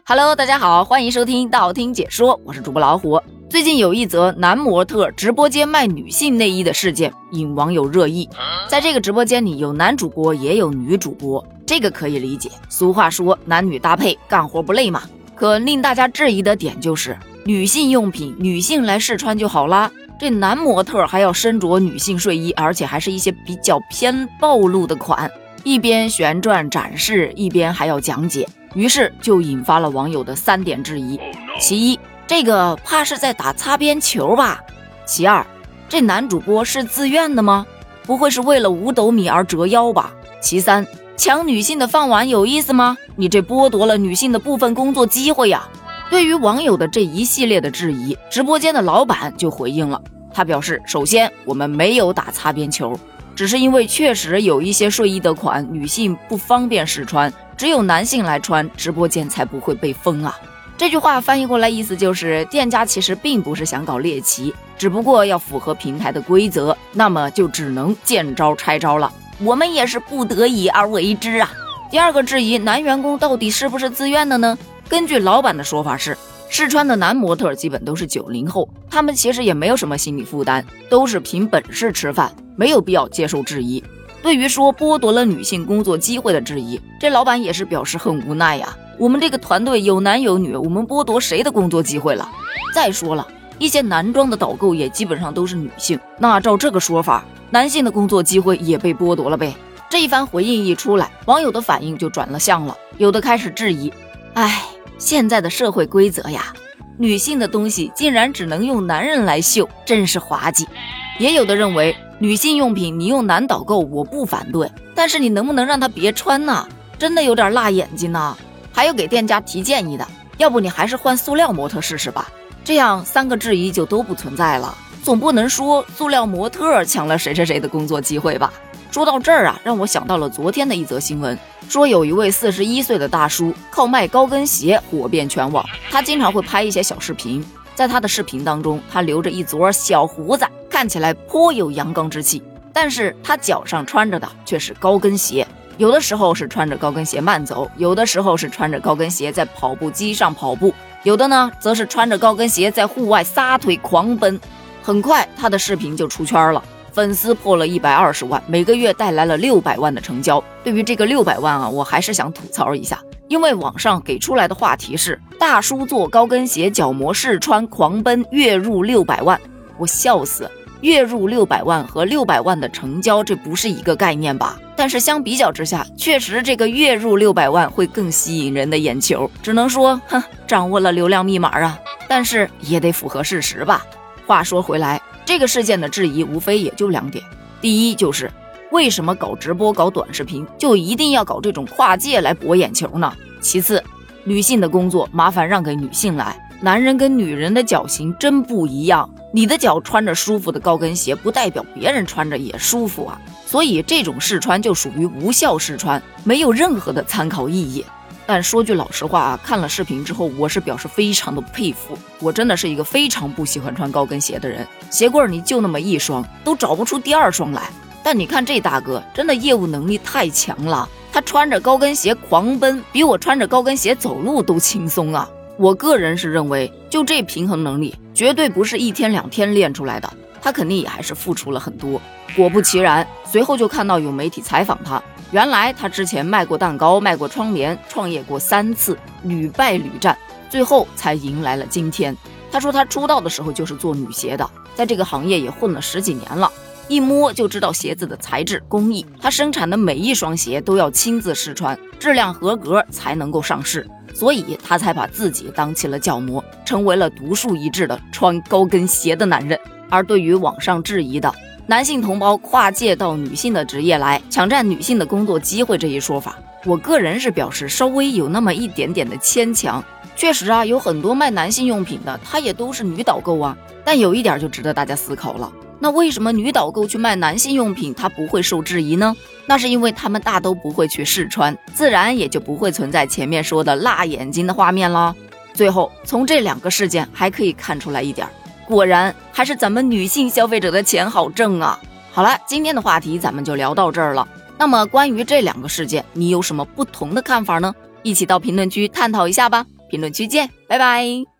Hello， 大家好，欢迎收听道听解说，我是主播老虎。最近有一则男模特直播间卖女性内衣的事件引网友热议。在这个直播间里有男主播也有女主播，这个可以理解，俗话说男女搭配干活不累嘛。可令大家质疑的点就是女性用品女性来试穿就好啦，这男模特还要身着女性睡衣，而且还是一些比较偏暴露的款，一边旋转展示一边还要讲解，于是就引发了网友的3点质疑。其一，这个怕是在打擦边球吧？其二，这男主播是自愿的吗？不会是为了5斗米而折腰吧？其三，抢女性的饭碗有意思吗？你这剥夺了女性的部分工作机会呀！对于网友的这一系列的质疑，直播间的老板就回应了，他表示，首先我们没有打擦边球，只是因为确实有一些睡衣的款女性不方便试穿，只有男性来穿，直播间才不会被封啊。这句话翻译过来意思就是店家其实并不是想搞猎奇，只不过要符合平台的规则，那么就只能见招拆招了，我们也是不得已而为之啊。第二个质疑，男员工到底是不是自愿的呢？根据老板的说法是，试穿的男模特基本都是90后，他们其实也没有什么心理负担，都是凭本事吃饭，没有必要接受质疑。对于说剥夺了女性工作机会的质疑，这老板也是表示很无奈呀。我们这个团队有男有女，我们剥夺谁的工作机会了？再说了，一些男装的导购也基本上都是女性，那照这个说法，男性的工作机会也被剥夺了呗。这一番回应一出来，网友的反应就转了向了，有的开始质疑，现在的社会规则呀，女性的东西竟然只能用男人来秀，真是滑稽。也有的认为，女性用品你用男导购我不反对，但是你能不能让他别穿呢？真的有点辣眼睛呢。还有给店家提建议的，要不你还是换塑料模特试试吧，这样3个质疑就都不存在了，总不能说塑料模特抢了谁谁谁的工作机会吧。说到这儿啊，让我想到了昨天的一则新闻，说有一位41岁的大叔靠卖高跟鞋火遍全网，他经常会拍一些小视频，在他的视频当中，他留着一撮小胡子，看起来颇有阳刚之气，但是他脚上穿着的却是高跟鞋，有的时候是穿着高跟鞋慢走，有的时候是穿着高跟鞋在跑步机上跑步，有的呢则是穿着高跟鞋在户外撒腿狂奔。很快他的视频就出圈了，粉丝破了120万，每个月带来了600万的成交。对于这个600万啊，我还是想吐槽一下，因为网上给出来的话题是大叔做高跟鞋脚模试穿狂奔月入600万，我笑死。月入600万和600万的成交，这不是一个概念吧？但是相比较之下，确实这个月入600万会更吸引人的眼球，只能说掌握了流量密码啊，但是也得符合事实吧。话说回来，这个事件的质疑无非也就2点，第一就是为什么搞直播搞短视频就一定要搞这种跨界来博眼球呢？其次，女性的工作麻烦让给女性来，男人跟女人的脚型真不一样，你的脚穿着舒服的高跟鞋不代表别人穿着也舒服啊，所以这种试穿就属于无效试穿，没有任何的参考意义。但说句老实话啊，看了视频之后，我是表示非常的佩服，我真的是一个非常不喜欢穿高跟鞋的人，鞋柜你就那么1双，都找不出第2双来。但你看这大哥真的业务能力太强了，他穿着高跟鞋狂奔，比我穿着高跟鞋走路都轻松啊。我个人是认为，就这平衡能力绝对不是1天2天练出来的，他肯定也还是付出了很多。果不其然，随后就看到有媒体采访他，原来他之前卖过蛋糕，卖过窗帘，创业过3次，屡败屡战，最后才迎来了今天。他说他出道的时候就是做女鞋的，在这个行业也混了10几年了，一摸就知道鞋子的材质工艺，他生产的每一双鞋都要亲自试穿，质量合格才能够上市，所以他才把自己当起了脚模，成为了独树一帜的穿高跟鞋的男人。而对于网上质疑的男性同胞跨界到女性的职业来抢占女性的工作机会这一说法，我个人是表示稍微有那么一点点的牵强。确实啊，有很多卖男性用品的，他也都是女导购啊，但有一点就值得大家思考了，那为什么女导购去卖男性用品她不会受质疑呢？那是因为他们大都不会去试穿，自然也就不会存在前面说的辣眼睛的画面了。最后从这2个事件还可以看出来一点，果然还是咱们女性消费者的钱好挣啊。好了，今天的话题咱们就聊到这儿了。那么关于这2个事件，你有什么不同的看法呢？一起到评论区探讨一下吧。 评论区见，拜拜。